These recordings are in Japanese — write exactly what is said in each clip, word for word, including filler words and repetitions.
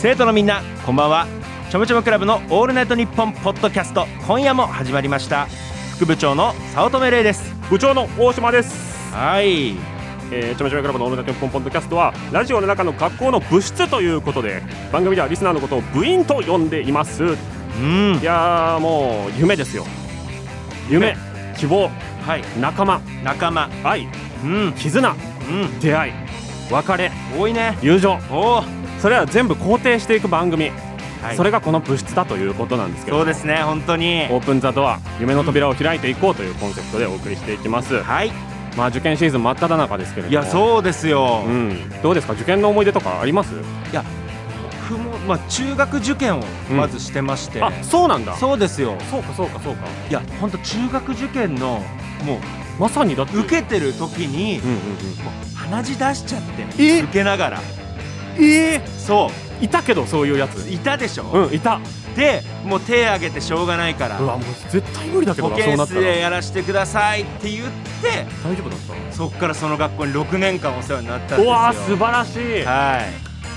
生徒のみんなこんばんは。ちょめちょめクラブのオールナイトニッポンポッドキャスト、今夜も始まりました。副部長の早乙女玲です。 部長の大島です。 はい、 えー、ちょめちょめクラブのオールナイトニッポンポッドキャストはラジオの中の学校の部室ということで、番組ではリスナーのことを部員と呼んでいます。うん、いやーもう夢ですよ。夢、希望、はい、仲間、 仲間、 愛、うん、絆、うん、出会い、別れ、 多いね、 友情、 おそれは全部肯定していく番組、はい、それがこの部室だということなんですけど、 そうですね、本当にオープンザドア、夢の扉を開いていこうというコンセプトでお送りしていきます。 はい、 まあ受験シーズン真っ只中ですけれども、 いやそうですよ、 うん、どうですか、受験の思い出とかあります？ いや僕も、まあ、中学受験をまずしてまして、うん、 あ、そうなんだ。 そうですよ。 そうかそうかそうか。 いや本当中学受験のもうまさにだって受けてる時に、うんうんうん、もう鼻血出しちゃって、 え受けながら、 えー、 そういたけど、そういうやついたでしょ。 うん、いた。 でもう手挙げてしょうがないから、 うわもう絶対無理だけどな、 保健室でやらしてくださいって言って、 大丈夫だった？ そっからその学校にろくねんかんお世話になったんですよ。 うわ素晴らしい。 はい、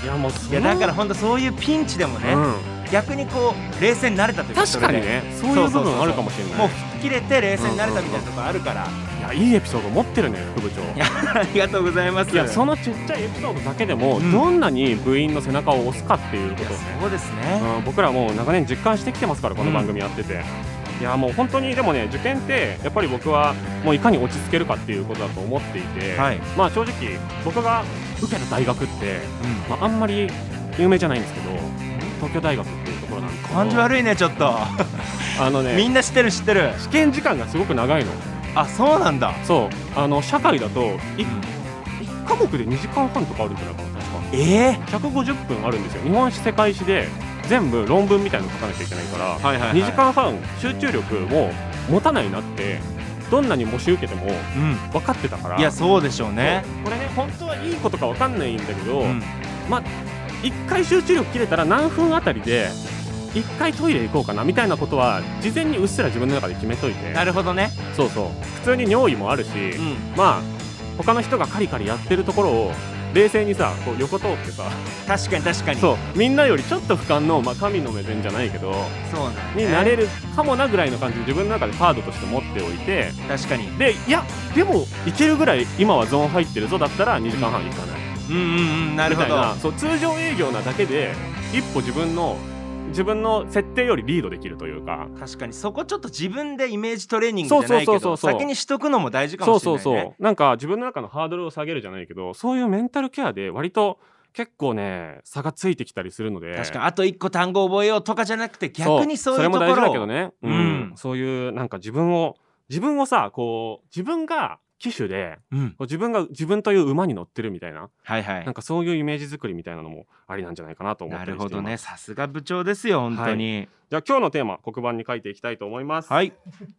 いやもうそいやだから本当そういうピンチでもね、うん、逆にこう冷静になれたというか、 確かにね、そういう部分あるかもしれない。 もう吹っ切れて冷静になれたみたいなところあるから、うんうんうん、 いやいいエピソード持ってるね副部長。 いやありがとうございます。 いやそのちっちゃいエピソードだけでも、うん、どんなに部員の背中を押すかっていうことを、 そうですね、 うん、僕らもう長年実感してきてますから、この番組やってて、うん、いやもう本当にでもね、受験ってやっぱり僕はもういかに落ち着けるかっていうことだと思っていて、はい、まあ正直僕が受けた大学って、うん、まあ、あんまり有名じゃないんですけど、東京大学っていうところなんですけど、感じ悪いねちょっとあのね、 みんな知ってる知ってる。 試験時間がすごく長いの。 あ、そうなんだ。 そう、あの社会だと いち,、うん、いち科目でにじかんはんとかあるんじゃないかな、確か。 えー、 ひゃくごじゅっぷんあるんですよ。日本史世界史で全部論文みたいなの書かなきゃいけないから、はいはいはい、にじかんはん集中力も持たないなってどんなに模試受けても分かってたから、うん、 いやそうでしょうね。 これね本当はいいことか分かんないんだけど、うん、まあいっかい集中力切れたら何分あたりでいっかいトイレ行こうかなみたいなことは事前にうっすら自分の中で決めといて。 なるほどね。 そうそう、普通に尿意もあるし、うん、まあ他の人がカリカリやってるところを冷静にさこう横通ってさ、 確かに確かに、 そうみんなよりちょっと俯瞰の、まあ、神の目線じゃないけど、 そうなんだね、 になれるかもなぐらいの感じで自分の中でカードとして持っておいて、 確かに。 でいやでもいけるぐらい今はゾーン入ってるぞだったらにじかんはんいかない、 うんうんうん、なるほど。 みたいな、そう通常営業なだけで一歩自分の自分の設定よりリードできるというか。 確かにそこちょっと自分でイメージトレーニングじゃないけど先にしとくのも大事かもしれないね。 そうそうそう、なんか自分の中のハードルを下げるじゃないけど、そういうメンタルケアで割と結構ね差がついてきたりするので。 確かにあといっこ単語覚えようとかじゃなくて、逆にそういうところを、 それも大事だけどね、うんうん、そういうなんか自分を自分をさこう自分が騎手で、うん、自分が自分という馬に乗ってるみたいな、はいはい、なんかそういうイメージ作りみたいなのもありなんじゃないかなと思って。 なるほどね、さすが部長ですよ本当に、はい、 じゃあ今日のテーマ黒板に書いていきたいと思います。 はい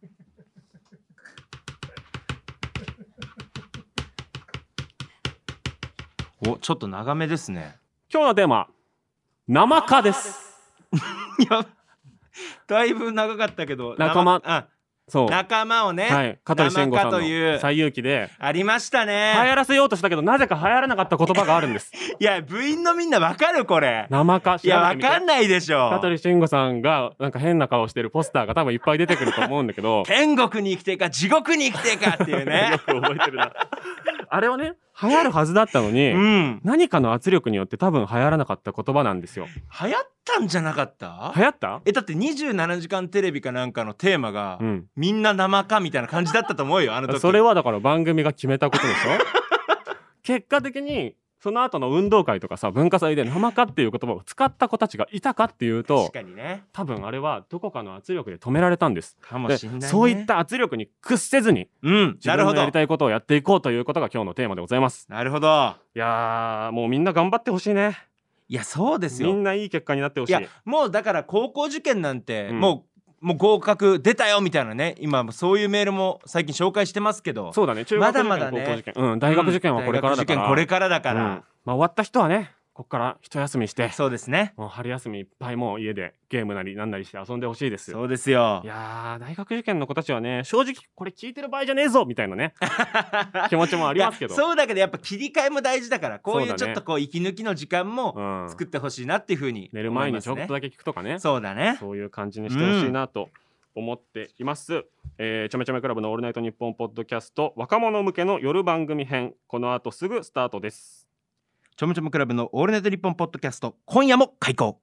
お、ちょっと長めですね。 今日のテーマ生科ですいやだいぶ長かったけど、 仲間、 あそう仲間をね、 はい、香取慎吾さんの西遊記でありましたね。 流行らせようとしたけどなぜか流行らなかった言葉があるんですいや部員のみんなわかるこれ生科。 いやわかんないでしょ。 香取慎吾さんがなんか変な顔してるポスターが多分いっぱい出てくると思うんだけど天国に生きてか地獄に生きてかっていうねよく覚えてるなあれはね流行るはずだったのに、うん、何かの圧力によって多分流行らなかった言葉なんですよ。 流行ったんじゃなかった？ 流行った？ えだってにじゅうななじかんテレビかなんかのテーマが、うん、みんな生かみたいな感じだったと思うよあの時。 それはだから番組が決めたことでしょ結果的にその後の運動会とかさ文化祭で生かっていう言葉を使った子たちがいたかっていうと、 確かにね、 多分あれはどこかの圧力で止められたんです。 かもしんないね。 そういった圧力に屈せずに、うん、自分のやりたいことをやっていこうということが今日のテーマでございます。 なるほど。 いやーもうみんな頑張ってほしいね。 いやそうですよ、 みんないい結果になってほしい。 いやもうだから高校受験なんて、うん、もうもう合格出たよみたいなね、今そういうメールも最近紹介してますけど。 そうだね、中学受験、 まだまだね、 高校受験、うん、大学受験はこれからだから、 大学受験これからだから、うん、 まあ、終わった人はねここから一休みして、 そうですね、 もう春休みいっぱいもう家でゲームなりなんなりして遊んでほしいです。 そうですよ。 いやー大学受験の子たちはね、正直これ聞いてる場合じゃねえぞみたいなね気持ちもありますけど、 そうだけどやっぱ切り替えも大事だから、こういうそうだねちょっとこう息抜きの時間もうん作ってほしいなっていうふうに寝る前にちょっとだだけ聞くとかね、 そうだね。 そういう感じにしてほしいなと思っています、えーちょめちょめクラブのオールナイトニッポンポッドキャスト若者向けの夜番組編、この後すぐスタートです。 ちょめちょめクラブのオールナイトニッポンポッドキャスト、今夜も開講。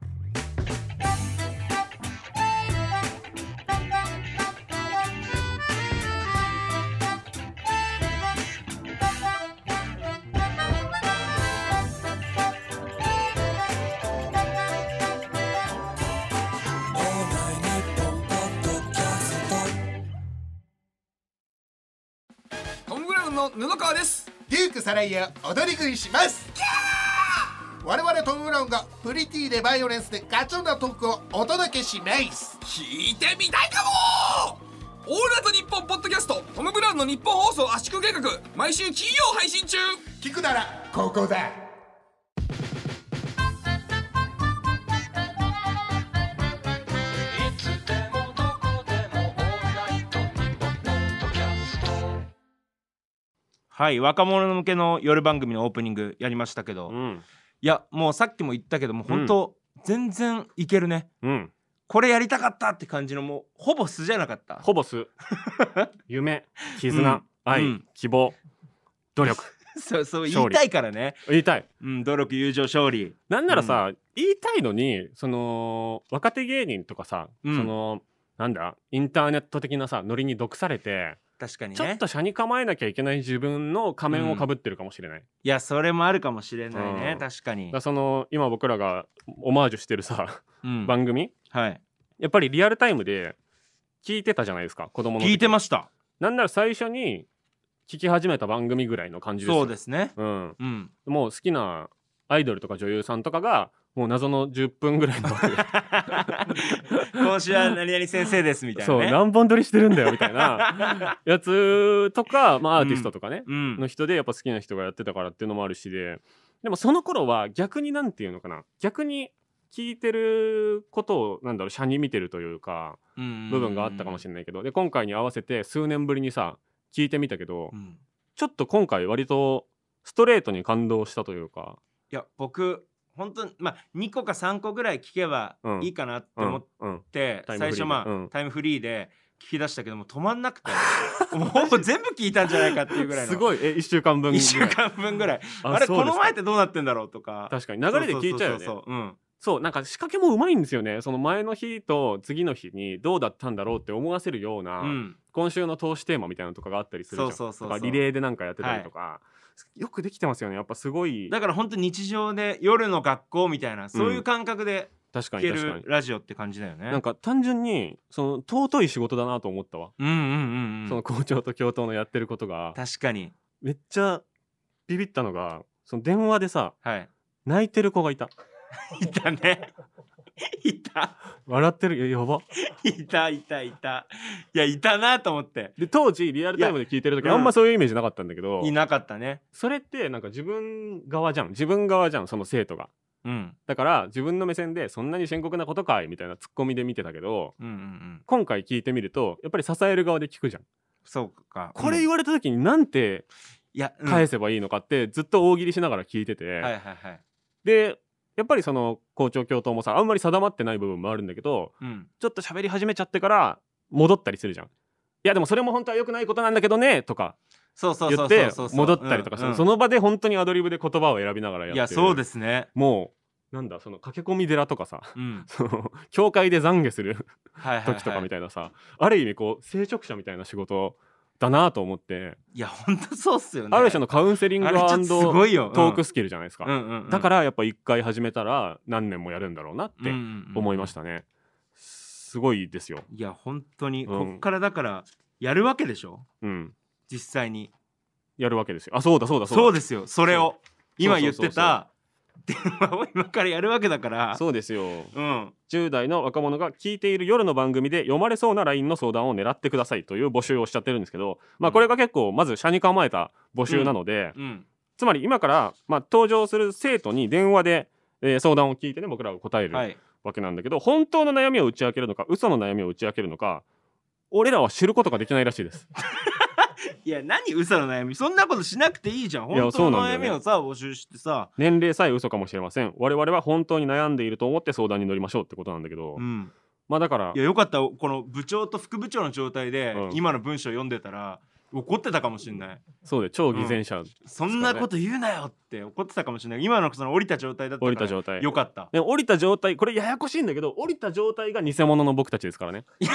トム・ブラウンの布川です。 デュークサライヤ踊り食いします。我々トム・ブラウンがプリティでバイオレンスでガチョンなトークをお届けします。 聞いてみたいかも。オールナイトニッポンポッドキャストトム・ブラウンの日本放送圧縮計画、毎週金曜配信中。 聞くならここだ。 はい、若者向けの夜番組のオープニングやりましたけど、 うん、 いやもうさっきも言ったけども本当、うん、全然いけるね、 うん、 これやりたかったって感じの、もうほぼ素じゃなかった。 ほぼ素夢、絆、うん、愛、うん、希望、努力そうそう言いたいからね、 言いたい、 うん、努力、友情、勝利。 なんならさ、うん、言いたいのにその若手芸人とかさ、うん、そのなんだインターネット的なさノリに毒されて、 確かにね、 ちょっと車に構えなきゃいけない自分の仮面をかぶってるかもしれない、うん、 いやそれもあるかもしれないね、うん、確かに。 だその今僕らがオマージュしてるさ、うん、番組、 はい、 やっぱりリアルタイムで聞いてたじゃないですか、子供の時。 聞いてました。 なんなら最初に聞き始めた番組ぐらいの感じですよ。 そうですね、 うんうん、もう好きなアイドルとか女優さんとかがもう謎のじゅっぷんぐらいの今週は何々先生ですみたいなね、 そう何本撮りしてるんだよみたいなやつとか、まあ、アーティストとかね、うん、の人でやっぱ好きな人がやってたからっていうのもあるしで、でもその頃は逆になんていうのかな、逆に聞いてることをなんだろう、斜に見てるというか部分があったかもしれないけど、で今回に合わせて数年ぶりにさ聞いてみたけど、うん、ちょっと今回割とストレートに感動したというか。 いや僕本当にまあにこかさんこぐらい聞けばいいかなって思って、うんうんうん、最初まあ、うん、タイムフリーで聞き出したけども止まんなくてもうほぼ全部聞いたんじゃないかっていうぐらいのすごいえいっしゅうかんぶんぐらいいっしゅうかんぶんぐらいあ, あれこの前ってどうなってんだろうとか、 確かに流れで聞いちゃうよね。そうなんか仕掛けもうまいんですよね。その前の日と次の日にどうだったんだろうって思わせるような、うん、今週の投資テーマみたいなのとかがあったりするじゃん。そうそうそうそう、とかリレーでなんかやってたりとか、はい、よくできてますよね。やっぱすごい。 だから本当日常で夜の学校みたいな、そういう感覚で聞けるラジオって感じだよね。 なんか単純にその尊い仕事だなと思ったわ。うんうんうんうん。その校長と教頭のやってることが確かにめっちゃビビったのが、その電話でさ、はい、泣いてる子がいたいたねいた笑ってる。いややばいたいたいたいやいたなと思って。 で当時リアルタイムで聞いてる時あんまそういうイメージなかったんだけど、 いなかったね。 それってなんか自分側じゃん自分側じゃんその生徒が、うん、だから自分の目線でそんなに深刻なことかいみたいなツッコミで見てたけど、うんうんうん、今回聞いてみるとやっぱり支える側で聞くじゃん。 そうか、 これ言われた時になんて返せばいいのかってずっと大喜利しながら聞いてて、はいはいはい、でやっぱりその校長教頭もさあんまり定まってない部分もあるんだけど、うん、ちょっと喋り始めちゃってから戻ったりするじゃん。いやでもそれも本当は良くないことなんだけどねとか言って戻ったりとかして、その場で本当にアドリブで言葉を選びながらやってる。いやそうですね。 もうなんだその駆け込み寺とかさ、うん、その教会で懺悔する時とかみたいなさ、はいはいはい、ある意味こう聖職者みたいな仕事だなと思って。 いや本当そうっすよね。 ある種のカウンセリング&トークスキルじゃないですか、うんうんうんうん、だからやっぱ一回始めたら何年もやるんだろうなって思いましたね、うんうんうん、すごいですよ。 いや本当にこっからだからやるわけでしょ、うん、実際にやるわけですよ。あそうだそうだそうだそうですよ。それを今言ってた電話を今からやるわけだから。 そうですよ、うん、じゅう代の若者が聞いている夜の番組で読まれそうな ライン の相談を狙ってくださいという募集をしちゃってるんですけど、まあこれが結構まず社に構えた募集なので、うんうん、つまり今からまあ登場する生徒に電話でえー、相談を聞いてね僕らが答えるわけなんだけど、はい、本当の悩みを打ち明けるのか嘘の悩みを打ち明けるのか俺らは知ることができないらしいですいや何嘘の悩み、そんなことしなくていいじゃん。本当の悩みをさ、ね、募集してさ、 年齢さえ嘘かもしれません、我々は本当に悩んでいると思って相談に乗りましょうってことなんだけど、うん、まあだからいやよかった、この部長と副部長の状態で、うん、今の文章を読んでたら怒ってたかもしれない。 そうで超偽善者、ねうん、 そんなこと言うなよって怒ってたかもしれない。今のその降りた状態だったから降りた状態よかった。 で降りた状態、これややこしいんだけど降りた状態が偽物の僕たちですからねい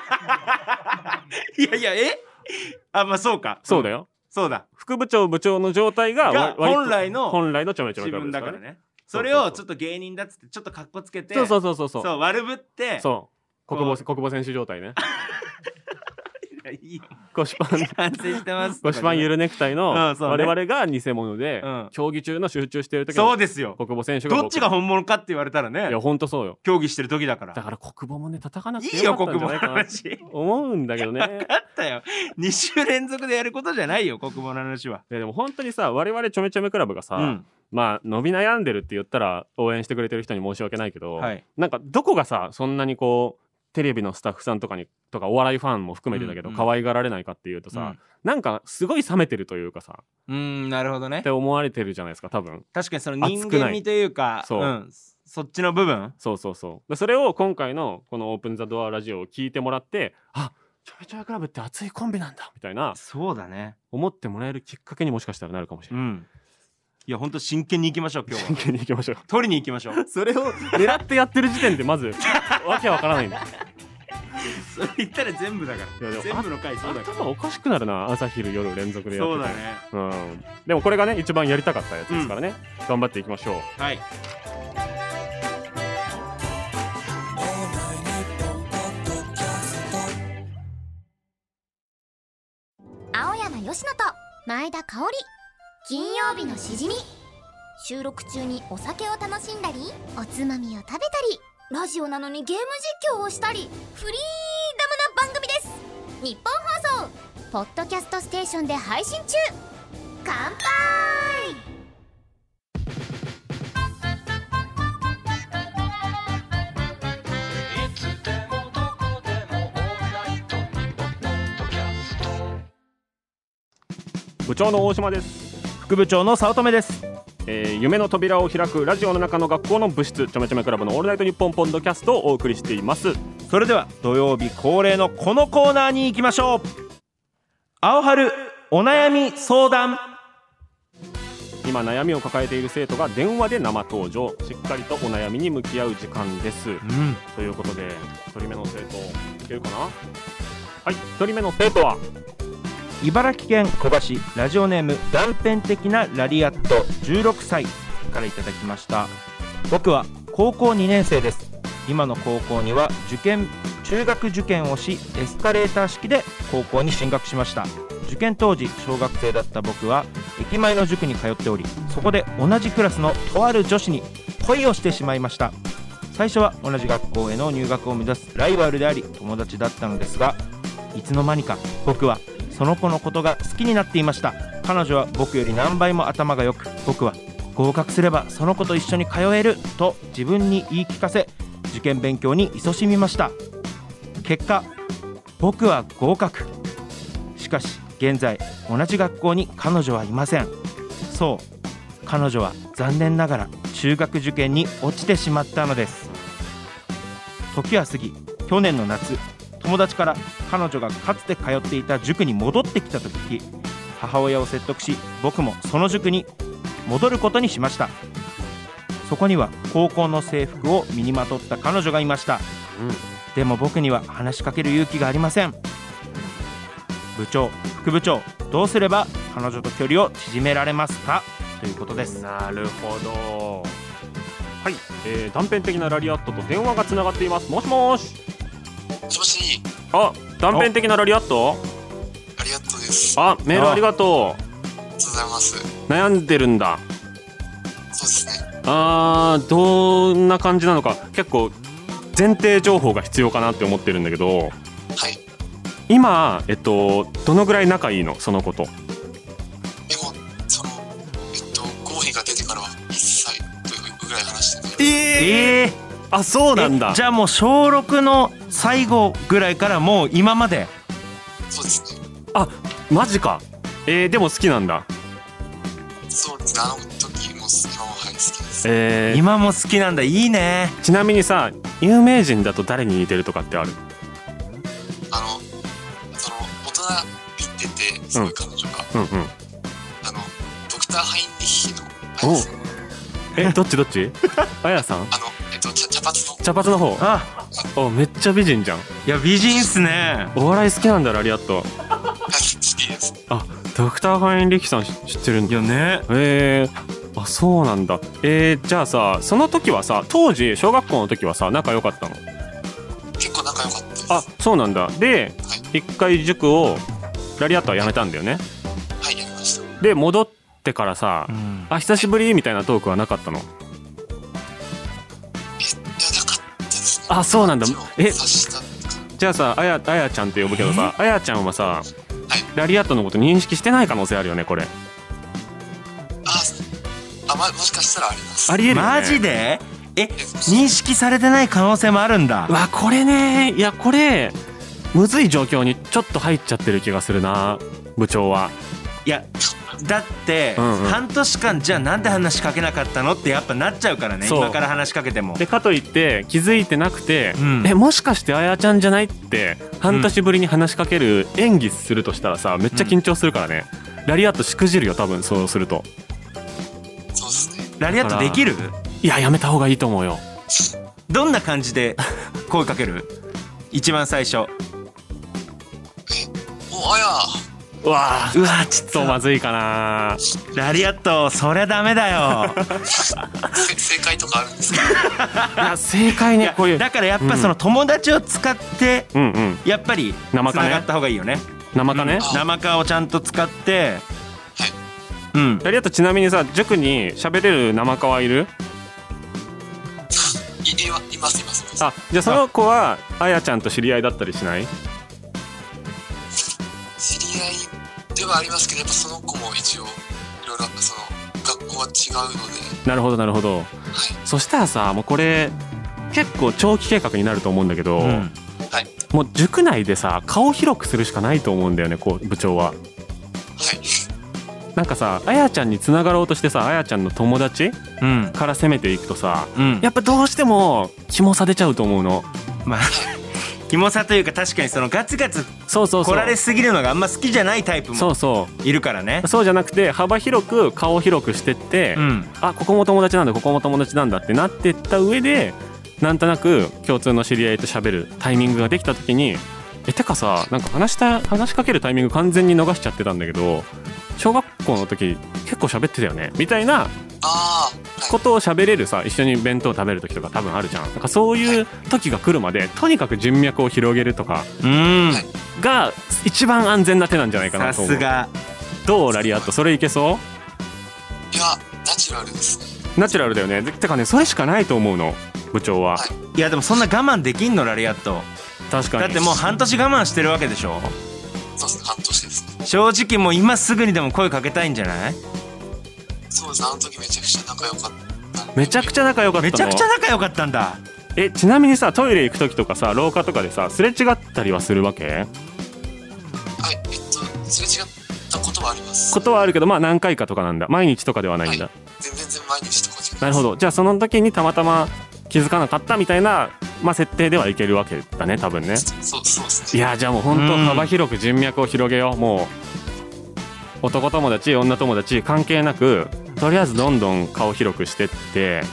やいやえあまあそうか、 そうだよ、 うん、そうだ、 副部長部長の状態が本来の本来のちょめちょめクラブですからね。自分だからね。それをちょっと芸人だっつってちょっとカッコつけて、 そうそうそうそうそうそう悪ぶって、 そう国母国母選手状態ねいい腰パン反省してます腰パンゆるネクタイの我々が偽物で、うん、競技中の集中している時そうですよ、 国母選手がどっちが本物かって言われたらね、 いやほんとそうよ、 競技してる時だから。 だから国母もね叩かなくてよかったんじゃないかなって思うんだけどね。 分かったよ、に週連続でやることじゃないよ国母の話は。 いやでも本当にさ我々ちょめちょめクラブがさ、うん、まあ伸び悩んでるって言ったら応援してくれてる人に申し訳ないけど、はい、なんかどこがさそんなにこうテレビのスタッフさんとかにとかお笑いファンも含めてだけど、うんうん、可愛がられないかっていうとさ、うん、なんかすごい冷めてるというかさ、 うーんなるほどねって思われてるじゃないですか多分。 確かにその人間味というかそう、うん、そっちの部分、 そうそうそうそれを今回のこのオープンザドアラジオを聞いてもらって、あちょめちょめクラブって熱いコンビなんだみたいな、 そうだね思ってもらえるきっかけにもしかしたらなるかもしれない、うん、 いや本当真剣に行きましょう今日は。 真剣に行きましょう取りに行きましょうそれを狙ってやってる時点でまずわけわからないんだそれ言ったら全部だから。全部の回そうだから。 頭おかしくなるな、朝昼夜連続でやってて。 そうだね、 うん、でもこれがね一番やりたかったやつですからね、うん、頑張っていきましょう。 はい。 青山佳乃と前田香織、金曜日のしじみ。収録中にお酒を楽しんだりおつまみを食べたりラジオなのにゲーム実況をしたりフリーダムな番組です。日本放送ポッドキャストステーションで配信中。乾杯。 部長の大島です。 副部長の早乙女です。 えー、夢の扉を開くラジオの中の学校の部室、ちょめちょめクラブのオールナイトニッポンポッドキャストをお送りしています。 それでは土曜日恒例のこのコーナーに行きましょう。青春お悩み相談。 今悩みを抱えている生徒が電話で生登場、しっかりとお悩みに向き合う時間です、うん、ということでひとりめの生徒いけるかな。はい、ひとりめの生徒は茨城県古河市、ラジオネーム断片的なラリアットじゅうろくさいからいただきました。僕は高校にねん生です。今の高校には受験中学受験をしエスカレーター式で高校に進学しました。受験当時小学生だった僕は駅前の塾に通っており、そこで同じクラスのとある女子に恋をしてしまいました。最初は同じ学校への入学を目指すライバルであり友達だったのですが、いつの間にか僕はその子のことが好きになっていました。彼女は僕より何倍も頭が良く、僕は合格すればその子と一緒に通えると自分に言い聞かせ、受験勉強に勤しみました。結果僕は合格。しかし現在同じ学校に彼女はいません。そう彼女は残念ながら中学受験に落ちてしまったのです。時は過ぎ、去年の夏、友達から彼女がかつて通っていた塾に戻ってきたと聞き、母親を説得し僕もその塾に戻ることにしました。そこには高校の制服を身にまとった彼女がいました、うん、でも僕には話しかける勇気がありません。部長、副部長、どうすれば彼女と距離を縮められますか、ということです。 なるほど。はい、えー、断片的なラリアットと電話がつながっています。もしもし。 もしもし。 あ、断片的なラリアット。 ラリアットです。 あ、メールありがとう。 ありがとうございます。 悩んでるんだ。 そうですね。 あー、どんな感じなのか、結構前提情報が必要かなって思ってるんだけど。はい。今、えっと、どのぐらい仲いいの、その子と。 でも、その、えっと、合否が出てからは一切というぐらい話してえー、あそうなんだ。 じゃあもう小ろくの最後ぐらいからもう今まで。 そうですね。 あマジか。えー、でも好きなんだ。 そうですね、あの時も今もはい好きです。 えー、 今も好きなんだ。いいね。 ちなみにさ有名人だと誰に似てるとかってある？ あのその大人びっててすごい彼女が、 うんうんうん、 あのドクターハインリッヒのあやさん。 えどっちどっち？あやさん？ あのえっと茶茶髪の茶髪の方。 ああめっちゃ美人じゃん。 いや美人っすね。 お笑い好きなんだラリアット。 好きです。 あドクターハインリッヒさん知ってるんだよね。 えー、あそうなんだ。えー、じゃあさその時はさ当時小学校の時はさ仲良かったの？ 結構仲良かったです。 あそうなんだ。で、はい、一回塾をラリアットはやめたんだよね。 はいやめました。 で戻ってからさ、うん、あ久しぶりみたいなトークはなかったの？あそうなんだ。えじゃあさあやあやちゃんって呼ぶけどさあやちゃんはさ、はい、ラリアットのこと認識してない可能性あるよねこれ。 ああ も, もしかしたらあります。 ありえるよね。 マジで？え認識されてない可能性もあるんだ。 わこれねいやこれむずい状況にちょっと入っちゃってる気がするな部長は。 いやだって、うんうん、半年間じゃあなんで話しかけなかったのってやっぱなっちゃうからね。今から話しかけても。 でかといって気づいてなくて、うん、えもしかしてあやちゃんじゃないって半年ぶりに話しかける演技するとしたらさめっちゃ緊張するからね、うん、ラリアットしくじるよ多分そうすると。 そうですね。 ラリアットできる？ いややめた方がいいと思うよ。 どんな感じで声かける？一番最初。えおあやうわうわちょっとまずいかな。 ラリアットそりゃダメだよ。 正解とかあるんですか？ いや正解ねこういうだからやっぱその友達を使って、うんうん、やっぱりつながった方がいいよね。 生かね、 うん、生かをちゃんと使って、 はい、 うん。ラリアットちなみにさ塾に喋れる生かはいる？ い, い, いますいますいます。 あじゃあその子はあやちゃんと知り合いだったりしない？ 知り合いではありますけどやっぱその子も一応いろいろその学校は違うので。 なるほどなるほど、はい、そしたらさもうこれ結構長期計画になると思うんだけど、うん、 はい、 もう塾内でさ顔広くするしかないと思うんだよねこう部長は。 はい。 なんかさあやちゃんにつながろうとしてさあやちゃんの友達、うん、から攻めていくとさ、うん、やっぱどうしてもキモさ出ちゃうと思うの。 まあキモさというか確かにそのガツガツ来られすぎるのがあんま好きじゃないタイプもいるからね。 そうじゃなくて幅広く顔を広くしてって、うん、あここも友達なんだここも友達なんだってなってった上でなんとなく共通の知り合いと喋るタイミングができた時にえてかさなんか話した話しかけるタイミング完全に逃しちゃってたんだけど小学校の時結構喋ってたよねみたいなことを喋れるさ一緒に弁当食べる時とか多分あるじゃん。なんかそういう時が来るまでとにかく人脈を広げるとかが一番安全な手なんじゃないかなと思う。 さすが。 どうラリアットそれいけそう？ いやナチュラルですね。 ナチュラルだよね。てかねそれしかないと思うの部長は、はい、 いやでもそんな我慢できんのラリアット。 確かに。 だってもう半年我慢してるわけでしょ。 そうですね半年ですね。 正直もう今すぐにでも声かけたいんじゃない？ そうですあの時めちゃくちゃ仲良かった。 めちゃくちゃ仲良かったの？ めちゃくちゃ仲良かったんだ。 えちなみにさトイレ行く時とかさ廊下とかでさすれ違ったりはするわけ？はいえっとすれ違ったことはあります。 ことはあるけどまあ何回かとかなんだ。毎日とかではないんだ、はい、 全然毎日とかじゃない。 なるほど。じゃあその時にたまたま気づかなかったみたいな、まあ、設定ではいけるわけだね多分ね。 そうそうですね。 いやじゃあもう本当幅広く人脈を広げよう。もう男友達女友達関係なくとりあえずどんどん顔広くしてって、はい、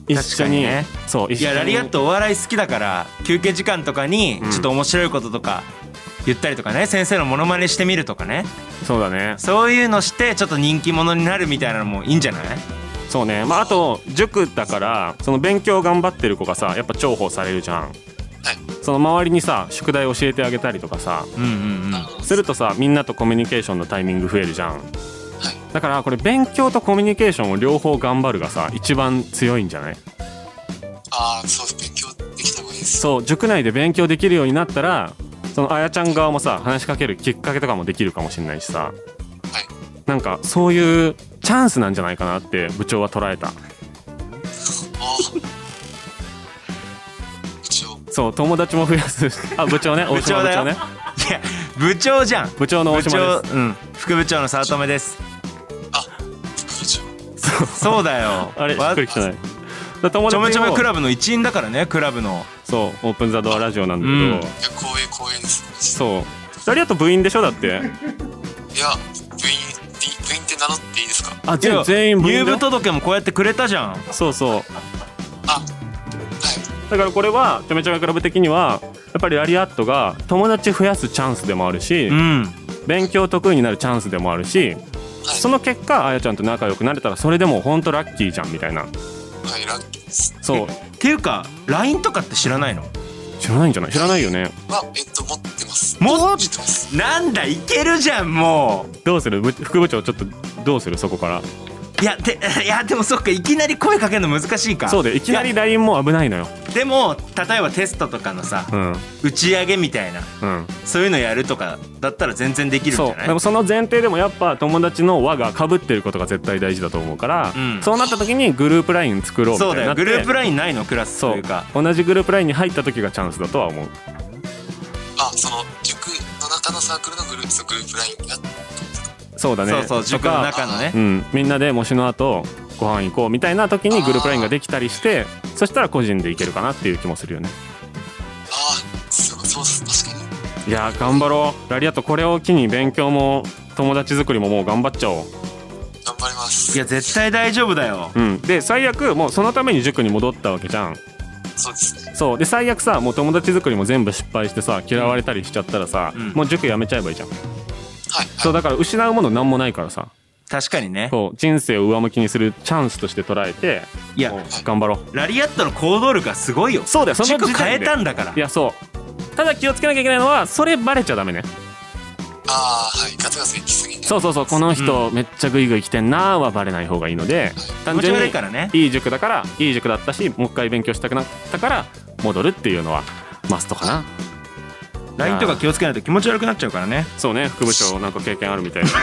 一緒にね。そう一緒に。いやラリアットお笑い好きだから休憩時間とかにちょっと面白いこととか言ったりとかね、うん、先生のモノマネしてみるとかね。 そうだね。 そういうのしてちょっと人気者になるみたいなのもいいんじゃない？ そうね。まああと塾だからその勉強頑張ってる子がさやっぱ重宝されるじゃん。 はい、 その周りにさ宿題教えてあげたりとかさ、うんうんうん、するとさみんなとコミュニケーションのタイミング増えるじゃん。はい、だからこれ勉強とコミュニケーションを両方頑張るがさ一番強いんじゃない？ ああそう勉強できた方がいいです。 そう塾内で勉強できるようになったらそのあやちゃん側もさ話しかけるきっかけとかもできるかもしれないしさ、はい、なんかそういうチャンスなんじゃないかなって部長は捉えた。 そう友達も増やすあ部長ね大島部長ねいや部長じゃん部長の大島です、 うん、副部長の早乙女です。 あ副部長そうそうだよあれしっくりきてない友達もちょめちょめクラブの一員だからねクラブのそうオープンザドアラジオなんだけど、うん、いや光栄光栄です。 そうラリアット部員でしょだっていや部員部員って名乗っていいですか？ あ全全員部員だよ。 入部届もこうやってくれたじゃん。 そうそうあはいだからこれはちょめちょめクラブ的にはやっぱりラリアットが友達増やすチャンスでもあるし、うん、勉強得意になるチャンスでもあるし、はい、その結果あやちゃんと仲良くなれたらそれでもほんとラッキーじゃんみたいな。はいラッキーです。 そうっていうか ライン とかって知らないの？ 知らないんじゃない？知らないよね。 はえっと持ってます。 持ってます。なんだいけるじゃんもう。 どうする副部長ちょっとどうするそこから。 いやでいやでもそっかいきなり声かけるの難しいか。 そうでいきなり ライン も危ないのよ。 でも例えばテストとかのさ、うん、打ち上げみたいな、うん、そういうのやるとかだったら全然できるんじゃない？ そうでもその前提でもやっぱ友達の輪が被ってることが絶対大事だと思うから、うん、そうなった時にグループ ライン 作ろうみたいになって。そうだよグループ ライン ないのクラスというか。同じグループ ライン に入った時がチャンスだとは思う。 あその塾の中のサークルのグループとグループ ライン がそうだね。 そうそう塾の中のね、 うん、みんなで模試の後ご飯行こうみたいな時にグループ ライン ができたりしてそしたら個人でいけるかなっていう気もするよね。 ああそうそう確かに。 いや頑張ろうラリアットこれを機に勉強も友達作りももう頑張っちゃおう。 頑張ります。 いや絶対大丈夫だよ、 うん、で最悪もうそのために塾に戻ったわけじゃん。 そうですね。 そうで最悪さもう友達作りも全部失敗してさ嫌われたりしちゃったらさ、うん、もう塾やめちゃえばいいじゃん。はい、はい、そうだから失うものなんもないからさ。 確かにね。 そう人生を上向きにするチャンスとして捉えていや頑張ろう。 ラリアットの行動力がすごいよ。 そうだよその塾変えたんだから。 いやそうただ気をつけなきゃいけないのはそれバレちゃダメね。 ああはいガツガツいきすぎね。 そうそうそうこの人、うん、めっちゃグイグイ来てんなはバレない方がいいので、単純にいい塾だからいい塾だったしもう一回勉強したくなったから戻るっていうのはマストかな。 ライン とか気をつけないと気持ち悪くなっちゃうからね。 そうね副部長なんか経験あるみたいな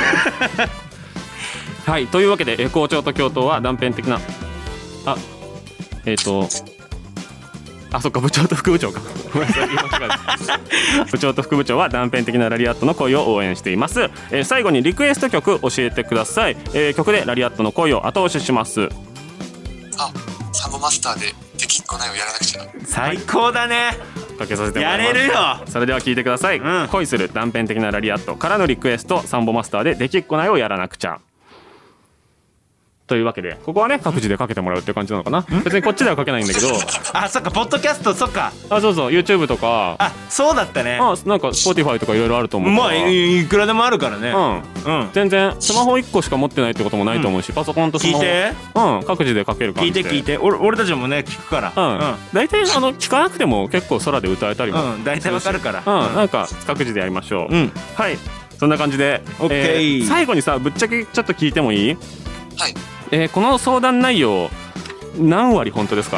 はいというわけで校長と教頭は断片的なあえっ、ー、とあそっか部長と副部長かごめんなさい部長と副部長は断片的なラリアットの恋を応援しています、えー、最後にリクエスト曲教えてください、えー、曲でラリアットの恋を後押しします。 あサンボマスターでできっこないをやらなくちゃ。 最高だね。 かけさせてもらいます。 やれるよ。 それでは聞いてください、うん、恋する断片的なラリアットからのリクエストサンボマスターでできっこないをやらなくちゃというわけでここはね各自でかけてもらうっていう感じなのかな。別にこっちではかけないんだけどあそっかポッドキャストそっかあそうそう YouTube とかあそうだったね。 あなんか Spotify とかいろいろあると思うからまあ い, いくらでもあるからね。うん、うん、全然スマホいっこしか持ってないってこともないと思うし、うん、パソコンとスマホ聞いてうん各自でかける感じで聞いて聞いて 俺, 俺たちもね聞くからうん、うん、 大体あの聞かなくても結構空で歌えたりもうん大体わかるからうん、うん、なんか各自でやりましょう、うん、はいそんな感じで、 えー、 最後にさぶっちゃけちょっと聞いてもいい？ はいえー、この相談内容何割本当ですか？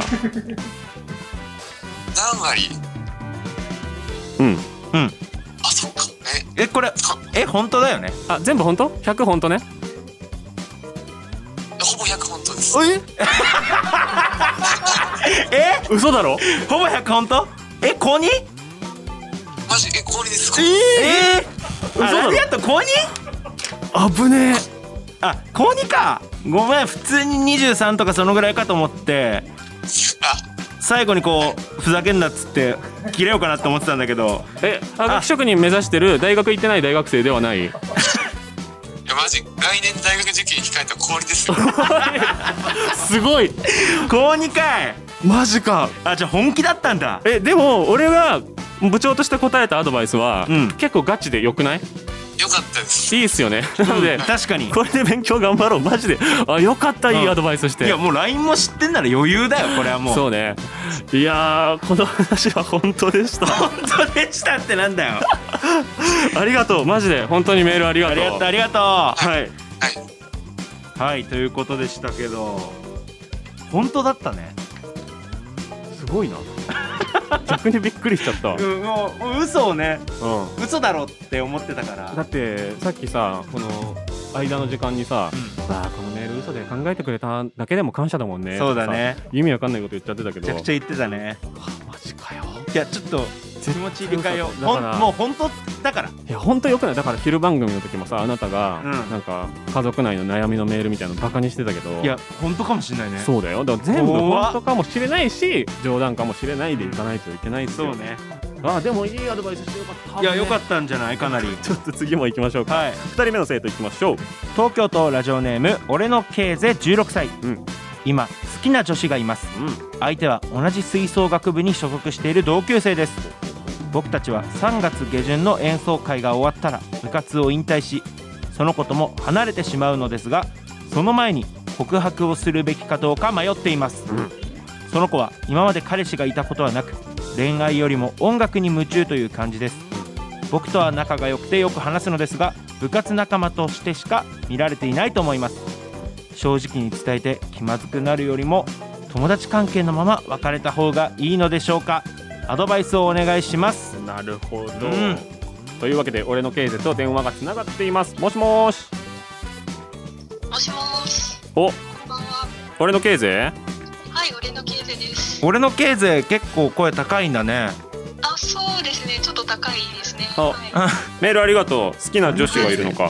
何割？ うんうんあそっかええこれえ本当だよね。 あ全部本当？ひゃく本当ね。 ほぼひゃく本当です。 ええ嘘だろ？ ほぼひゃく本当？え高に？ マジえ高にですか？ ええー、嘘だろ？ラリアット高に？ 危ねえ。 あ高にかごめん普通ににじゅうさんとかそのぐらいかと思って最後にこうふざけんなっつって切れようかなって思ってたんだけどえあ楽器職人目指してる大学行ってない大学生ではない？いやマジ来年大学受験控えた高にですすごい高にかいマジか。 あじゃあ本気だったんだ。 えでも俺が部長として答えたアドバイスは、うん、結構ガチでよくない？ よかったです。 いいっすよね。なので、 うん、確かにこれで勉強頑張ろうマジであよかった、うん、いいアドバイスして。 いやもう ライン も知ってんなら余裕だよこれはもう。 そうね。いやーこの話は本当でした本当でしたってなんだよありがとうマジで本当にメールありがとうありがとうありがとうはいはい、 はい、ということでしたけど本当だったね。 すごいな逆にびっくりしちゃった、 うん、もう嘘をね、うん、嘘だろって思ってたから。 だってさっきさこの間の時間にさ、うん、あこのメール嘘で考えてくれただけでも感謝だもんね。 そうだね。 意味わかんないこと言っちゃってたけどめちゃくちゃ言ってたね。 あマジかよいやちょっと気持ち入れ替えよう。ほんもう本当だから。 いや本当よくない。だから昼番組の時もさ、あなたが、うん、なんか家族内の悩みのメールみたいなのバカにしてたけど、 いや本当かもしれないね。 そうだよ。だから全部本当かもしれないし冗談かもしれないでいかないといけないですよ。 そうね。 あでもいいアドバイスしてよかった、ね、 いやよかったんじゃないかなり。 ちょっと次も行きましょうか、はい、ふたりめの生徒行きましょう。 東京都ラジオネーム俺のケーゼじゅうろくさい、うん、今好きな女子がいます、うん、相手は同じ吹奏楽部に所属している同級生です。僕たちはさんがつげじゅんの演奏会が終わったら部活を引退しその子とも離れてしまうのですが、その前に告白をするべきかどうか迷っています、うん、その子は今まで彼氏がいたことはなく恋愛よりも音楽に夢中という感じです。僕とは仲が良くてよく話すのですが部活仲間としてしか見られていないと思います。正直に伝えて気まずくなるよりも友達関係のまま別れた方がいいのでしょうか。アドバイスをお願いします。 なるほど、うん、というわけで俺のケーゼと電話がつながっています。もしもーし。 もしもーし。 お、こんばんは。俺のケーゼ。 はい、俺のケーゼです。 俺のケーゼ結構声高いんだね。 あ、そうですね、ちょっと高いですね。 はい、メールありがとう。好きな女子がいるのか。はい、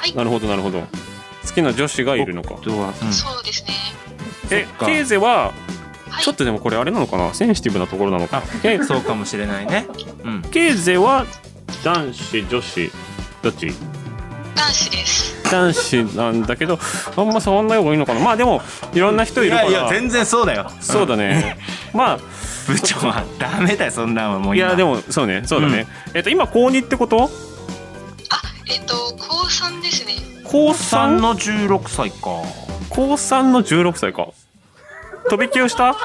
なるほどなるほど。好きな女子がいるのか、 うん、そうですね。 え、ケーゼはちょっとでもこれあれなのかな、センシティブなところなのかな。そうかもしれないね、 うん、ケーゼは男子女子どっち？ 男子です。 男子なんだけどあんま触んない方がいいのかな。まあでもいろんな人いるから。いやいや全然そうだよ。 そうだね、うん、まあ部長はダメだよそんなんはもう今。いやでもそうねそうだね、うん、えっと今高にってこと？ あ、えっと高さんですね。 高さんのじゅうろくさいか。 高さんのじゅうろくさいか。飛び級した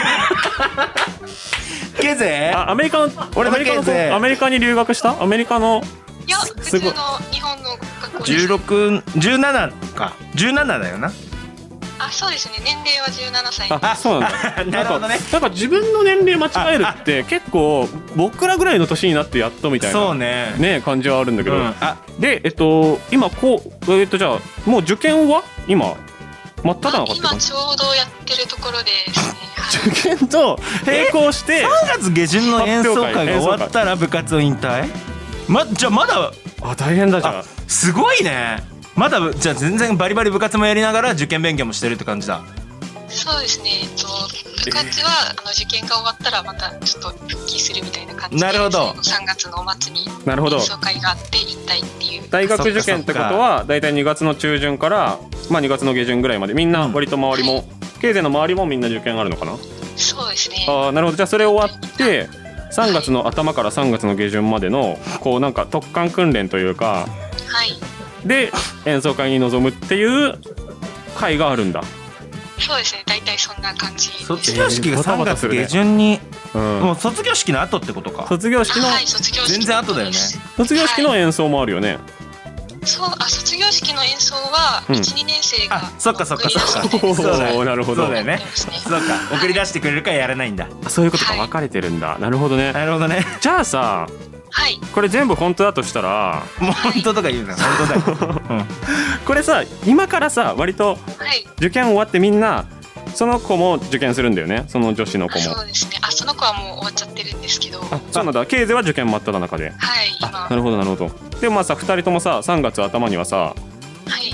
ケーゼ？ あ、アメリカの俺のケーゼアメリカに留学した？アメリカのいや普通の日本の学校です。 じゅうろく、じゅうななかじゅうななだよな。 あ、そうですね、年齢はじゅうななさい。 あ、そうなんだなるほどね。 なんか自分の年齢間違えるって結構僕らぐらいの年になってやっとみたいなそうねね感じはあるんだけど、うん、 あでえっと今こうえっとじゃあもう受験は今真っ只中って今ちょうどやってるところですね。 受験と並行してさんがつげじゅんの演奏会が終わったら部活を引退。まじゃあまだあ大変だじゃん。 すごいね。まだじゃあ全然バリバリ部活もやりながら受験勉強もしてるって感じだ。 そうですね、えっと、部活はあの受験が終わったらまたちょっと復帰するみたいな感じで。 なるほど。 さんがつの末に演奏会があって引退っていう。 大学受験ってことはだいたいにがつの中旬からまあにがつの下旬ぐらいまでみんな割と周りも、うん、ケーゼの周りもみんな受験あるのかな。 そうですね。 ああなるほど。じゃあそれ終わってさんがつの頭からさんがつの下旬までのこうなんか特貫訓練というか、 はい、 で演奏会に臨むっていう会があるんだ。 そうですね、大体そんな感じです。 卒業式がさんがつげじゅんに、うん、もう卒業式の後ってことか。 卒業式の、 はい、卒業式全然後だよね。 卒業式の演奏もあるよね、はい。 そう、あ、卒業式の演奏はいち、うん、にねん生がそっかそっかそっかそうなるほど。 そうだよね。そうか、送り出してくれるかやらないんだ。 そういうことか、分かれてるんだ。なるほどね。 なるほどね。 じゃあさ、 はい、 これ全部本当だとしたらもう本当とか言うな、本当だよ、うん、 これさ今からさ割と受験終わってみんなその子も受験するんだよね、その女子の子も。 そうですね。あ、その子はもう終わっちゃってるんですけど。 あ、そうなんだ。ケーゼは受験真っ只中で。 はい今。 なるほどなるほど。でもまあさふたりともささんがつ頭にはさ、 はい、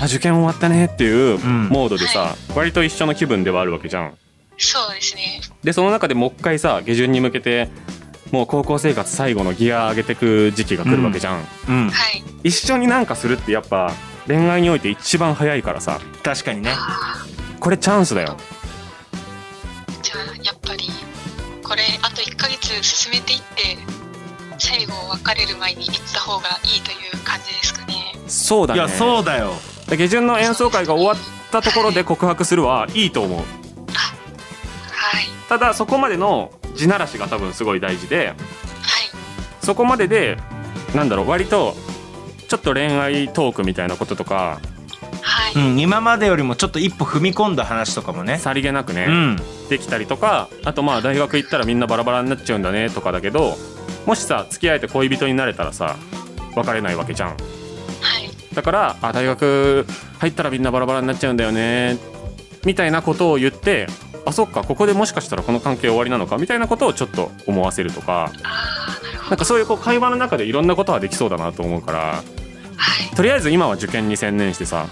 あ受験終わったねっていうモードでさ、うんはい、割と一緒の気分ではあるわけじゃん。 そうですね。 でその中でもう一回さ下旬に向けてもう高校生活最後のギア上げてく時期が来るわけじゃん、 うんうん、 一緒になんかするってやっぱ恋愛において一番早いからさ。 確かにね。 これチャンスだよ。 じゃあやっぱりこれあといっかげつ進めていって最後別れる前に行った方がいいという感じですかね。 そうだね。 いやそうだよ。 下旬の演奏会が終わったところで告白するはいいと思う。 あ、はい。 ただそこまでの地ならしが多分すごい大事で、はい、そこまででなんだろう割とちょっと恋愛トークみたいなこととか、 はいうん、今までよりもちょっと一歩踏み込んだ話とかもねさりげなくね、 うん、 できたりとか、あとまあ大学行ったらみんなバラバラになっちゃうんだねとかだけど、もしさ付き合えて恋人になれたらさ別れないわけじゃん、 はい、 だからあ大学入ったらみんなバラバラになっちゃうんだよねっみたいなことを言って、あ、そっか、ここでもしかしたらこの関係終わりなのかみたいなことをちょっと思わせるとか、なんかそういうこう会話の中でいろんなことができそうだなと思うから、はい、とりあえず今は受験に専念してさ、はい、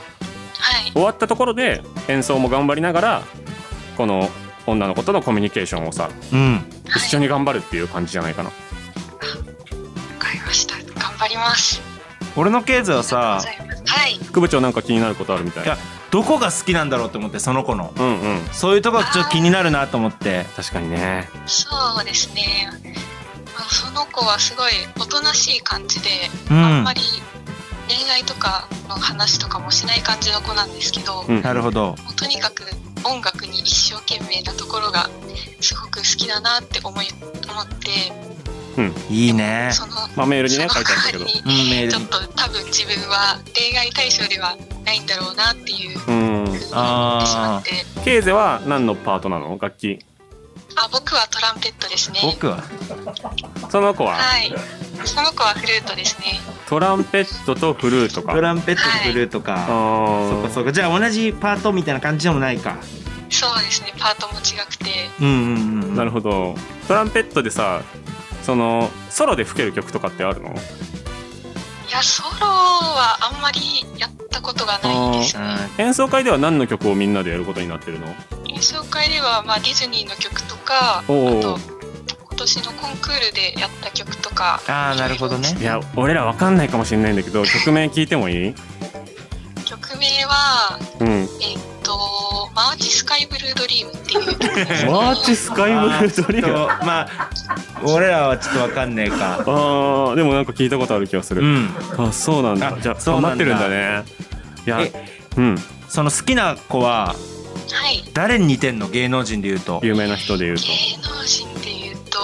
終わったところで演奏も頑張りながらこの女の子とのコミュニケーションをさ、うん、一緒に頑張るっていう感じじゃないかな。わかりました、頑張ります。 俺のケーズはさ、 はい、 副部長なんか気になることあるみたい。 いや、どこが好きなんだろうと思って、その子の、うんうん、そういうとこがちょっと気になるなと思って。 確かにね。 そうですね、その子はすごいおとなしい感じで、うん、あんまり恋愛とかの話とかもしない感じの子なんですけど、 うん、なるほど。 とにかく音楽に一生懸命なところがすごく好きだなって思い思って、 うん、いいね。 その、 まあ、メールにね書いてあったけど、 ちょっと多分自分は恋愛対象ではないんだろうなっていうふうに思ってしまって。 ケーゼは何のパートなの？楽器？ あ、僕はトランペットですね。 僕はその子は？ はい、その子はフルートですね。 トランペットとフルートか。 トランペットとフルートか、はい、そっかそっか。じゃあ同じパートみたいな感じでもないか。 そうですね、パートも違くて。 うんうんうん。 なるほど。トランペットでさ、そのソロで吹ける曲とかってあるの？ いや、ソロはあんまりやったことがないですね。 演奏会では何の曲をみんなでやることになってるの？ 演奏会ではまあディズニーの曲とか、あと今年のコンクールでやった曲とか。 ああ、なるほどね。 いや、俺らわかんないかもしれないんだけど、曲名聞いてもいい？ 曲名は、うん、えっとマーチスカイブルードリームっていう曲です。 マーチスカイブルードリーム。 あまあ俺らはちょっとわかんねえか。 ああ、でもなんか聞いたことある気がする。うん、あ、そうなんだ。じゃあ頑張ってるんだね。いや、うん。 その好きな子は誰に似てんの？芸能人で言うと。 有名な人で言うと。 芸能人で言うと、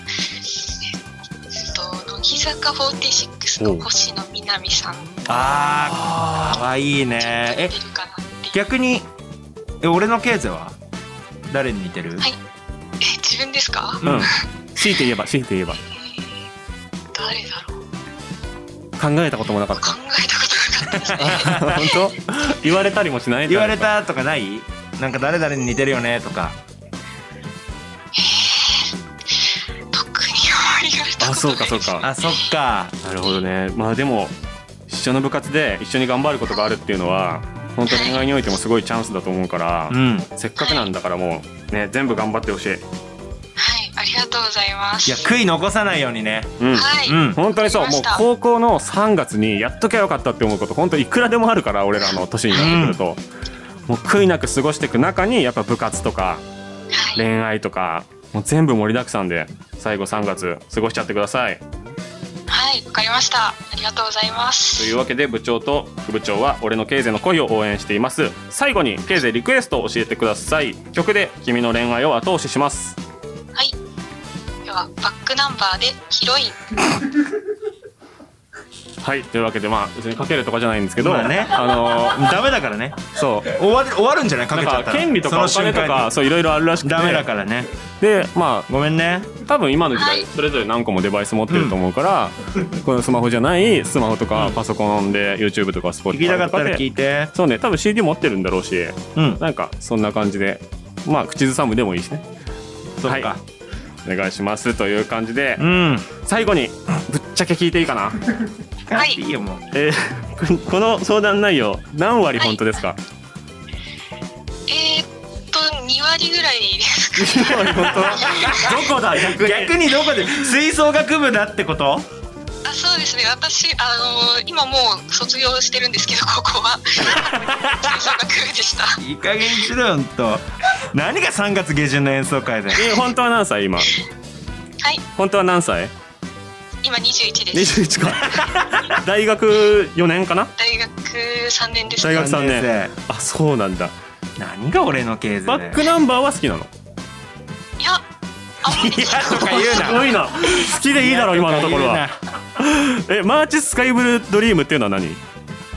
えっと乃木坂フォーティシックスの星野みなみさん。 ああ、かわいいね。え、逆にえ俺のケーゼは誰に似てる？ はい。え、自分ですか？ うん。強いて言えば、強いて言えば。 誰だろう。 考えたこともなかった。 考えたことなかったですね。 本当？言われたりもしない？ 言われたとかない？なんか誰々に似てるよねとか。 えー、特に言われたことない。 あ、そうかそうか。 あ、そっか。 なるほどね。まあでも一緒の部活で一緒に頑張ることがあるっていうのは本当恋愛においてもすごいチャンスだと思うから、うん、せっかくなんだからもうね、全部頑張ってほしい。 はい、ありがとうございます。 いや、悔い残さないようにね。 うん、はい、うん、本当にそう。もう高校のさんがつにやっときゃよかったって思うこと本当いくらでもあるから、俺らの年になってくると、うん、もう悔いなく過ごしていく中にやっぱ部活とか恋愛とかもう全部盛りだくさんで最後さんがつ過ごしちゃってください。 はい、わかりました。ありがとうございます。 というわけで部長と副部長は俺のケイゼの恋を応援しています。最後にケイゼリクエストを教えてください。曲で君の恋愛を後押しします。 はい、ではバックナンバーでヒロイン。 はい、というわけでまあ別にかけるとかじゃないんですけど、 まあね、あのー、ダメだからね。 そう終わる終わるんじゃない？かけちゃったら。 権利とかお金とかそういろいろあるらしくてダメだからね。 でまあごめんね。 多分今の時代それぞれ何個もデバイス持ってると思うから、うん、このスマホじゃないスマホとかパソコンで YouTube とか Spotify とかで聞きたかったら聞いて。 そうね、多分 シーディー 持ってるんだろうし、うん、なんかそんな感じでまあ口ずさむでもいいしね。 そっか、 はい、お願いしますという感じで、 うん、最後にぶっちゃけ聞いていいかな。 はい、いいよもう。 えー、この相談内容何割本当ですか？はい、 えー、っとにわりぐらいですか。 にわり本当？どこだ逆に？ 逆にどこで？吹奏楽部だってこと？ あ、そうですね。私あのー、今もう卒業してるんですけど、ここは吹奏楽部でした。 いい加減にしろよ本当。何がさんがつげじゅんの演奏会で。 えー、本当は何歳今？はい。本当は何歳？ 今にじゅういちです。 にじゅういちか。大学よねんかな？ 大学さんねんです。 大学さんねん。あ、そうなんだ。 何が俺のケースで。 バックナンバーは好きなの？ いや、あんまりいやとか言うな。 すごいな。好きでいいだろ今のところは。え、マーチスカイブルードリームっていうのは何？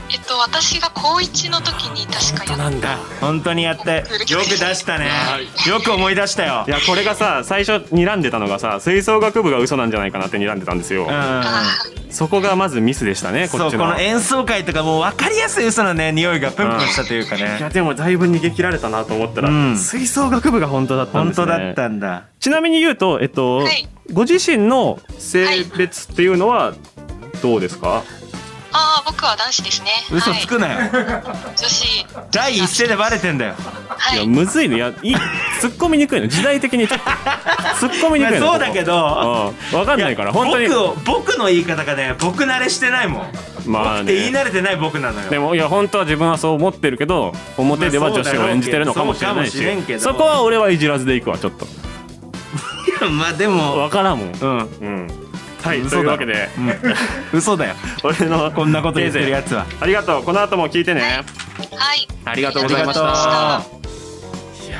えっと私が高一の時に確かやった。 本当にやってよく出したね。よく思い出したよ。 いやこれがさ最初睨んでたのがさ吹奏楽部が嘘なんじゃないかなって睨んでたんですよ。そこがまずミスでしたね。こっちのそうこの演奏会とかもう分かりやすい嘘のね匂いがプンプンしたというかね。 いやでもだいぶ逃げ切られたなと思ったら、うん、吹奏楽部が本当だったんですね。 本当だったんだ。 ちなみに言うとえっと、はい、ご自身の性別っていうのはどうですか？ ああ僕は男子ですね。 嘘つくなよ、 はい、女子第一声でバレてんだよ。 はい、 いやむずいの。いやい突っ込みにくいの時代的にちょっと突っ込みにくいの。 そうだけど分かんないから本当に僕, 僕の言い方がね僕慣れしてないもん。まあね、僕って言い慣れてない僕なのよ。 でもいや本当は自分はそう思ってるけど表では女子を演じてるのかもしれないし、そこは俺はいじらずでいくわちょっと。 まあでも分からんもん。うんうんはい、というわけで、 うん、嘘だよ俺のこんなこと言ってるやつは。 ありがとう。この後も聞いてね。 はいありがとうございました。いや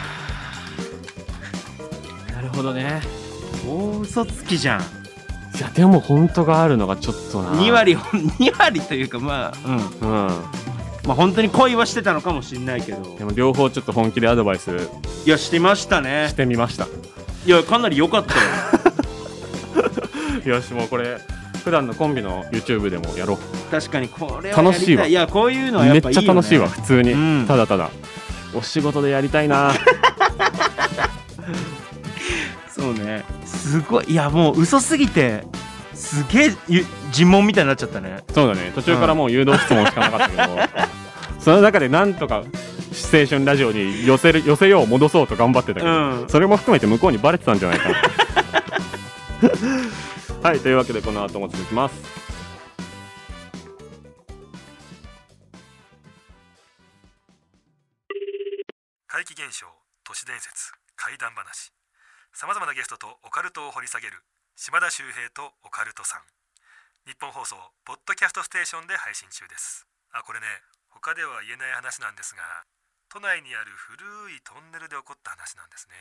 なるほどね。 大嘘つきじゃん。 いやでも本当があるのがちょっとなに割に割というかまあうん、うん、まあ本当に恋はしてたのかもしれないけど、 でも両方ちょっと本気でアドバイスいやしてましたね。 してみました。 いやかなり良かったよ。 よしもうこれ普段のコンビの YouTube でもやろう。 確かにこれはやりたい。 楽しいわ。 いやこういうのはやっぱいいよね。 めっちゃ楽しいわ普通に、うん、ただただお仕事でやりたいな。 そうねすごい。いやもう嘘すぎてすげえ尋問みたいになっちゃったね。 そうだね途中からもう誘導質問しかなかったけど、うん、その中でなんとかステーションラジオに寄せる寄せよう戻そうと頑張ってたけど、うん、それも含めて向こうにバレてたんじゃないかな。はいというわけでこの後も続きます。 怪奇現象、都市伝説、怪談話、さまざまなゲストとオカルトを掘り下げる島田秀平とオカルトさん。日本放送ポッドキャストステーションで配信中です。あこれね他では言えない話なんですが、都内にある古いトンネルで起こった話なんですね。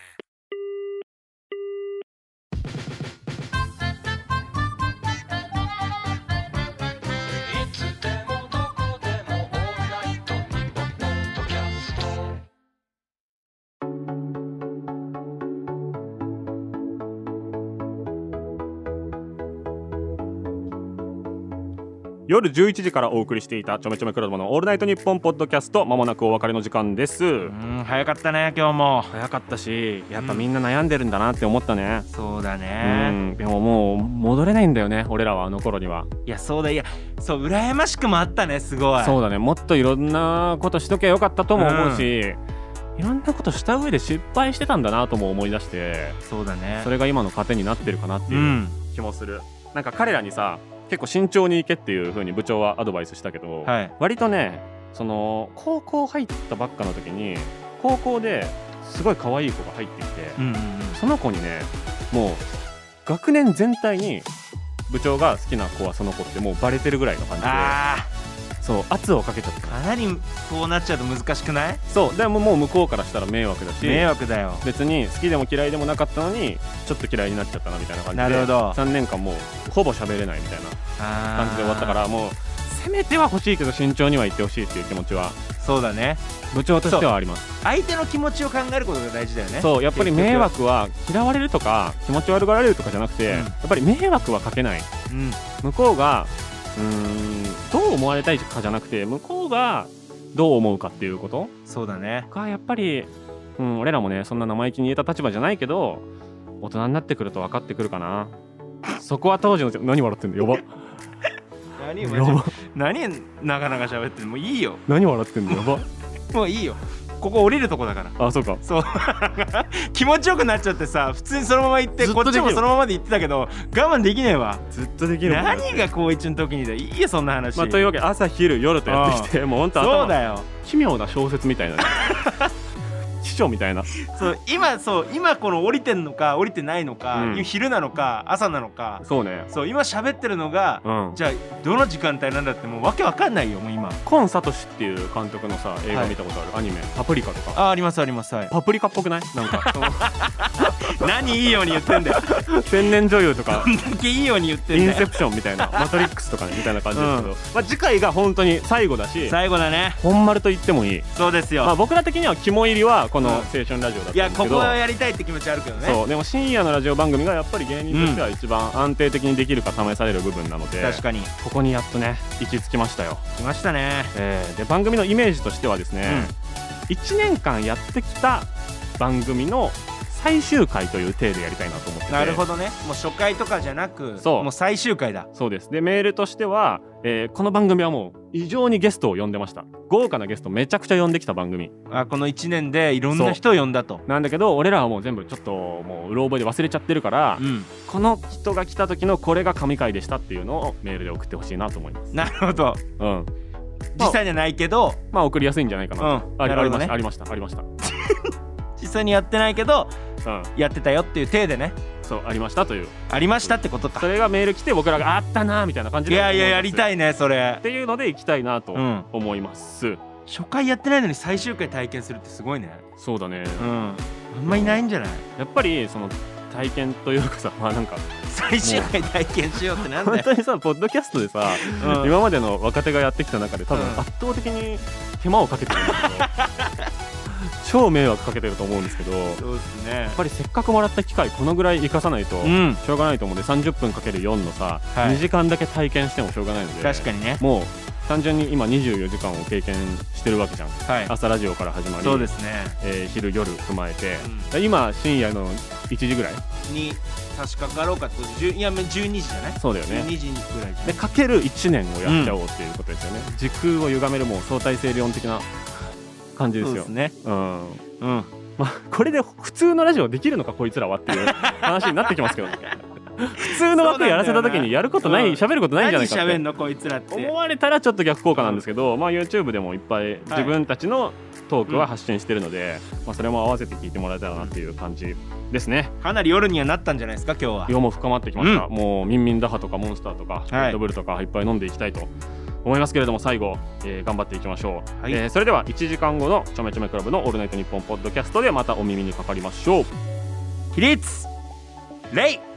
夜じゅういちじからお送りしていたちょめちょめクラブのオールナイトニッポンポッドキャスト、まもなくお別れの時間です。 うん早かったね今日も。 早かったしやっぱみんな悩んでるんだなって思ったね、 うん、そうだね。 うんでももう戻れないんだよね俺らはあの頃には。 いやそうだ。いやそう羨ましくもあったね。すごい。 そうだねもっといろんなことしときゃよかったとも思うし、うんいろんなことした上で失敗してたんだなとも思い出して、 そうだねそれが今の糧になってるかなっていう気もする、うん、なんか彼らにさ結構慎重に行けっていう風に部長はアドバイスしたけど、はい、割とねその高校入ったばっかの時に高校ですごい可愛い子が入ってきて、うんうんうん、その子にねもう学年全体に部長が好きな子はその子ってもうバレてるぐらいの感じで、あそう圧をかけちゃった。 かなりこうなっちゃうと難しくない？ そうでももう向こうからしたら迷惑だし、 迷惑だよ。 別に好きでも嫌いでもなかったのにちょっと嫌いになっちゃったなみたいな感じで、 なるほどさんねんかんもうほぼ喋れないみたいな感じで終わったから、もうせめては欲しいけど慎重には言ってほしいっていう気持ちはそうだね部長としてはあります。 相手の気持ちを考えることが大事だよね。 そうやっぱり迷惑は嫌われるとか気持ち悪がられるとかじゃなくて、うん、やっぱり迷惑はかけない、うん、向こうがうーんどう思われたいかじゃなくて向こうがどう思うかっていうこと。 そうだねがやっぱり、うん、俺らもねそんな生意気に言えた立場じゃないけど大人になってくると分かってくるかな。そこは当時の何笑ってんのやば何やば何なかなか喋ってんのもういいよ。 何笑ってんのやばもういいよここ降りるとこだから。 あそうかそう気持ちよくなっちゃってさ普通にそのまま行ってこっちもそのままで行ってたけど我慢できねえわ。 ずっとできる。 何が高一の時にだいいよそんな話、 まあ、というわけで朝昼夜とやってきてもうほんと頭そうだよ奇妙な小説みたいなね師匠みたいな。 そう今そう今この降りてんのか降りてないのか、 うん、 昼なのか朝なのか。 そうね。 そう今喋ってるのが、うん、じゃあどの時間帯なんだってもうわけわかんないよもう今。 今聡っていう監督のさ映画見たことある、はい、アニメパプリカとか。 あありますあります、はい、 パプリカっぽくないなんか何いいように言ってんだよ千年女優とかどんだけいいように言ってんだよ。 インセプションみたいなマトリックスとか、ね、みたいな感じですけど、うん、まあ、次回が本当に最後だし最後だね本丸と言ってもいい。 そうですよ、 まあ、僕ら的には肝入りはこの青春ラジオだったんですけど、いやここはやりたいって気持ちあるけどね。 そうでも深夜のラジオ番組がやっぱり芸人としては一番安定的にできるか試される部分なので、 確かにここにやっとね行き着きましたよ。 来ましたね、 えー、で番組のイメージとしてはですね、うん、いちねんかんやってきた番組の最終回という体でやりたいなと思ってて。 なるほどね。もう初回とかじゃなくそうもう最終回だ。 そうです。でメールとしては、えー、この番組はもう異常にゲストを呼んでました。豪華なゲストめちゃくちゃ呼んできた番組。 あこのいちねんでいろんな人を呼んだと。 なんだけど俺らはもう全部ちょっともううろ覚えで忘れちゃってるから、うん、この人が来た時のこれが神回でしたっていうのをメールで送ってほしいなと思います。 なるほど、うん、実際じゃないけどまあ送りやすいんじゃないかなと、うん、あ, なるほどね、 ありましたありましたありました実際にやってないけど、うん、やってたよっていう体でね。 そうありましたというありましたってことか。 それがメール来て僕らがあったなみたいな感じでいやいややりたいねそれっていうので行きたいなと思います、うん、 初回やってないのに最終回体験するってすごいね。 そうだね、 うん、あんまいないんじゃない。 やっぱりその体験というかさ、まあなんか最終回体験しようってなんだよ本当にさポッドキャストでさ、うん、今までの若手がやってきた中で多分圧倒的に手間をかけてるんだけど、超迷惑かけてると思うんですけど、 そうですね、 やっぱりせっかくもらった機会このぐらい生かさないとしょうがないと思うんで、さんじゅっぷんかけるよんのさ、はい、にじかんだけ体験してもしょうがないので、 確かにね、 もう単純に今にじゅうよじかんを経験してるわけじゃん、はい、朝ラジオから始まり、 そうですね、 えー、昼夜踏まえて、うん、今深夜のいちじぐらいに差し掛かろうかってことで、いやじゅうにじじゃない。 そうだよね、 じゅうにじぐらいでかけるいちねんをやっちゃおうっていうことですよね、うん、時空を歪めるもう相対性理論的な感じですよ。 そうですね、うんうん、 まあこれで普通のラジオできるのかこいつらはっていう話になってきますけどね普通の枠やらせた時にやることない喋ることないんじゃないかって何喋んのこいつらって思われたらちょっと逆効果なんですけど、まあ YouTube でもいっぱい自分たちのトークは発信してるので、まあそれも合わせて聞いてもらえたらなっていう感じですね。 かなり夜にはなったんじゃないですか今日は。 夜も深まってきました、うん、もうミンミンダハとかモンスターとかレッドブルとかいっぱい飲んでいきたいと思いますけれども、最後、えー、頑張っていきましょう、はい、えー、それではいちじかんごのちょめちょめクラブのオールナイトニッポンポッドキャストでまたお耳にかかりましょう。 起立礼。